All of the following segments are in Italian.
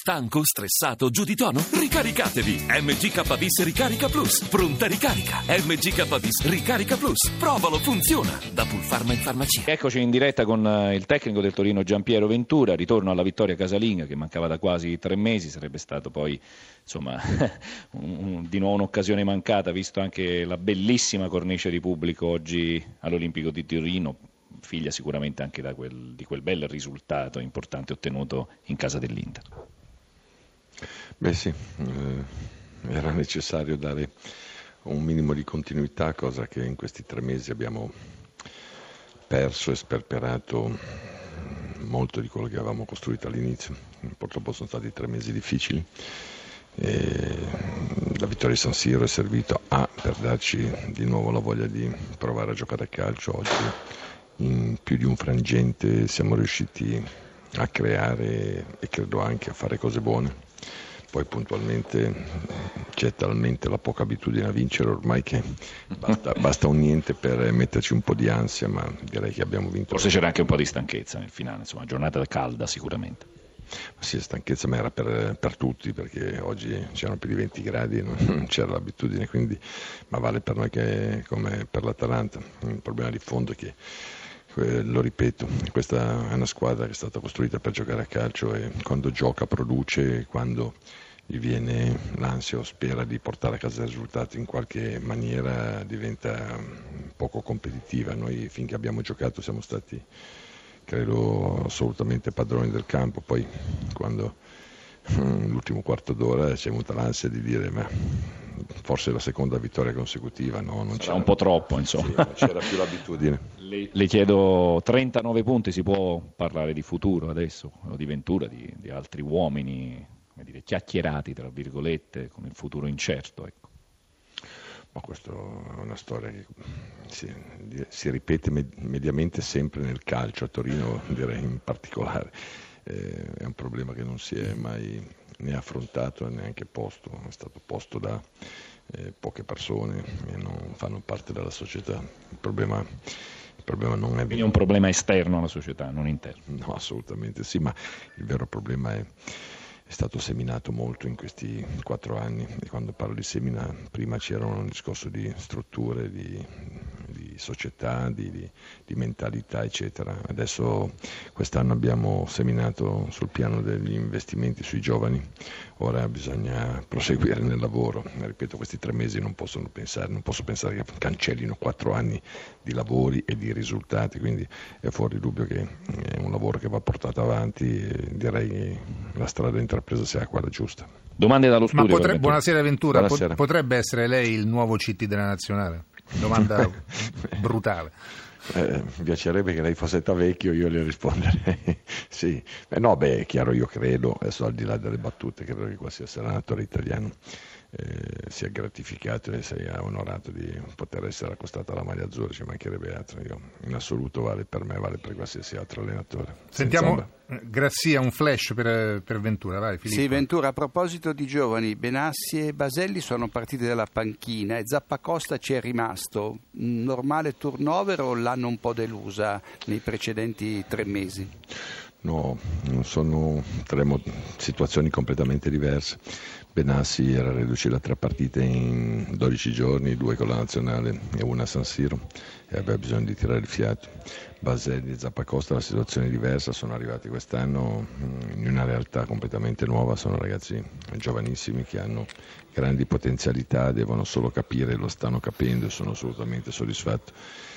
Stanco, stressato, giù di tono? Ricaricatevi! MGK-bis Ricarica Plus. Pronta ricarica. MGK-bis Ricarica Plus. Provalo, funziona. Da Pulpharma in farmacia. Eccoci in diretta con il tecnico del Torino Giampiero Ventura. Ritorno alla vittoria casalinga che mancava da quasi 3 mesi. Sarebbe stato poi insomma di nuovo un'occasione mancata, visto anche la bellissima cornice di pubblico oggi all'Olimpico di Torino, figlia sicuramente anche di quel bel risultato importante ottenuto in casa dell'Inter. Beh sì, era necessario dare un minimo di continuità, cosa che in questi 3 mesi abbiamo perso e sperperato molto di quello che avevamo costruito all'inizio. Purtroppo sono stati 3 mesi difficili. La vittoria di San Siro è servita per darci di nuovo la voglia di provare a giocare a calcio. Oggi in più di un frangente siamo riusciti a creare e credo anche a fare cose buone. Poi puntualmente c'è talmente la poca abitudine a vincere ormai che basta un niente per metterci un po' di ansia, ma direi che abbiamo vinto. Forse c'era anche un po' di stanchezza nel finale, insomma, giornata calda sicuramente. Sì, stanchezza, ma era per tutti, perché oggi c'erano più di 20 gradi e non c'era l'abitudine, quindi, ma vale per noi come per l'Atalanta. Il problema di fondo è che, lo ripeto, questa è una squadra che è stata costruita per giocare a calcio e quando gioca produce, quando gli viene l'ansia o spera di portare a casa il risultato in qualche maniera diventa poco competitiva. Noi finché abbiamo giocato siamo stati, credo, assolutamente padroni del campo. Poi quando l'ultimo quarto d'ora c'è venuta l'ansia di dire ma forse la seconda vittoria consecutiva, no? Non c'era un po' troppo, insomma. Sì, non c'era più l'abitudine. Le chiedo 39 punti, si può parlare di futuro adesso, o di Ventura, di altri uomini, come dire, chiacchierati tra virgolette, con il futuro incerto, ecco. Ma questa è una storia che si ripete mediamente sempre nel calcio, a Torino direi in particolare. È un problema che non si è mai né affrontato né neanche posto, è stato posto da poche persone e non fanno parte della società. Il problema non è... Quindi è un problema esterno alla società, non interno. No, assolutamente sì, ma il vero problema è stato seminato molto in questi 4 anni, e quando parlo di semina prima c'era un discorso di strutture, di società, di mentalità eccetera. Adesso quest'anno abbiamo seminato sul piano degli investimenti sui giovani, ora bisogna proseguire nel lavoro. Ripeto, questi 3 mesi non posso pensare che cancellino 4 anni di lavori e di risultati, quindi è fuori dubbio che è un lavoro che va portato avanti e direi che la strada intrapresa sia quella giusta. Domande dallo studio. Buonasera Ventura, Buonasera. Potrebbe essere lei il nuovo CT della Nazionale? Domanda brutale. Mi piacerebbe che lei fosse vecchio, io le risponderei sì. È chiaro, io credo, adesso al di là delle battute, credo che qualsiasi allenatore italiano sia gratificato e sia onorato di poter essere accostato alla maglia azzurra, ci mancherebbe altro. Io, in assoluto vale per me, vale per qualsiasi altro allenatore. Sentiamo Grazia, un flash per Ventura, vai Filippo. Sì, Ventura, a proposito di giovani, Benassi e Baselli sono partiti dalla panchina e Zappacosta ci è rimasto. Normale turnover o l'hanno un po' delusa nei precedenti 3 mesi? No, sono 3 situazioni completamente diverse. Benassi era reduce da 3 partite in 12 giorni, 2 con la nazionale e 1 a San Siro, e aveva bisogno di tirare il fiato. Baselli e Zappacosta, la situazione è diversa, sono arrivati quest'anno in una realtà completamente nuova, sono ragazzi giovanissimi che hanno grandi potenzialità, devono solo capire, lo stanno capendo e sono assolutamente soddisfatto.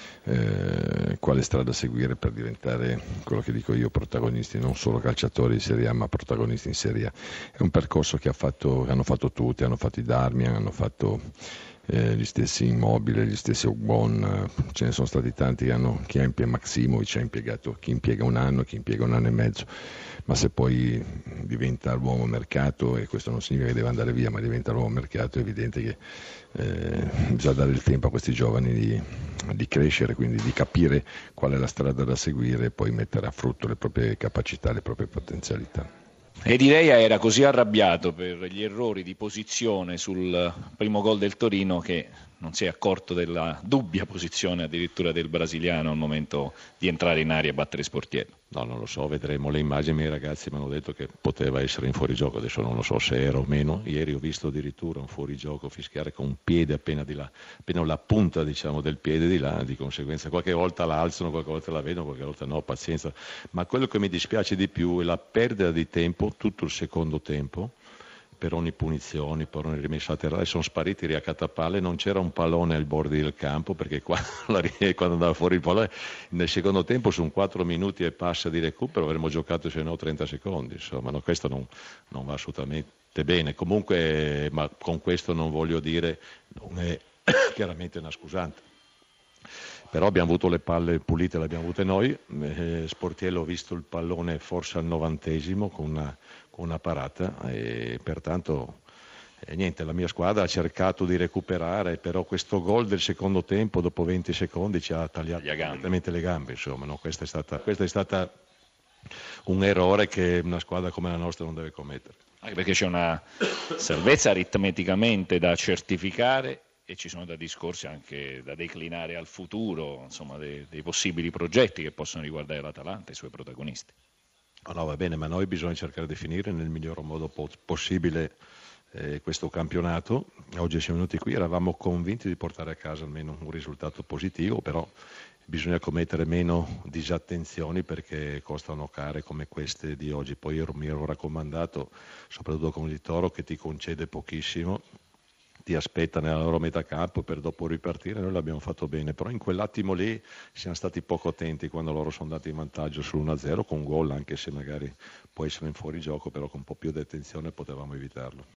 Quale strada seguire per diventare, quello che dico io, protagonisti, non solo calciatori di Serie A ma protagonisti in Serie A. È un percorso che hanno fatto tutti, hanno fatto i Darmian, hanno fatto gli stessi Immobile, gli stessi Ogbon, ce ne sono stati tanti chi ha impiegato, Maximovic ha impiegato, chi impiega 1 anno, chi impiega 1 anno e mezzo, ma se poi diventa l'uomo mercato, e questo non significa che deve andare via, ma diventa l'uomo mercato, è evidente che bisogna dare il tempo a questi giovani di crescere, quindi di capire qual è la strada da seguire e poi mettere a frutto le proprie capacità, le proprie potenzialità. Ed Irea era così arrabbiato per gli errori di posizione sul primo gol del Torino che non si è accorto della dubbia posizione addirittura del brasiliano al momento di entrare in area e battere Sportiello? No, non lo so, vedremo le immagini. I miei ragazzi mi hanno detto che poteva essere in fuorigioco, adesso non lo so se era o meno. Ieri ho visto addirittura un fuorigioco fischiare con un piede appena di là, appena la punta, diciamo, del piede di là, di conseguenza qualche volta la alzano, qualche volta la vedono, qualche volta no, pazienza. Ma quello che mi dispiace di più è la perdita di tempo, tutto il secondo tempo, per ogni punizione, per ogni rimessa laterale, sono spariti riaccatapalle, non c'era un pallone ai bordi del campo, perché quando andava fuori il pallone nel secondo tempo su 4 minuti e passa di recupero avremmo giocato se no 30 secondi, insomma, no, questo non va assolutamente bene. Comunque, ma con questo non voglio dire, non è chiaramente una scusante. Però abbiamo avuto le palle pulite, le abbiamo avute noi. Sportiello ho visto il pallone forse al 90° con una parata e pertanto niente, la mia squadra ha cercato di recuperare, però questo gol del secondo tempo dopo 20 secondi ci ha tagliato completamente le gambe, insomma, no? Questa è stata un errore che una squadra come la nostra non deve commettere. Anche perché c'è una salvezza aritmeticamente da certificare e ci sono da discorsi anche da declinare al futuro, insomma, dei possibili progetti che possono riguardare l'Atalanta e i suoi protagonisti. No, va bene, ma noi bisogna cercare di finire nel miglior modo possibile questo campionato. Oggi siamo venuti qui, eravamo convinti di portare a casa almeno un risultato positivo, però bisogna commettere meno disattenzioni perché costano care come queste di oggi. Poi mi ero raccomandato, soprattutto con il Toro, che ti concede pochissimo, ti aspetta nella loro metà campo per dopo ripartire. Noi l'abbiamo fatto bene, però in quell'attimo lì siamo stati poco attenti quando loro sono andati in vantaggio sull'1-0 con gol, anche se magari può essere in fuorigioco, però con un po' più di attenzione potevamo evitarlo.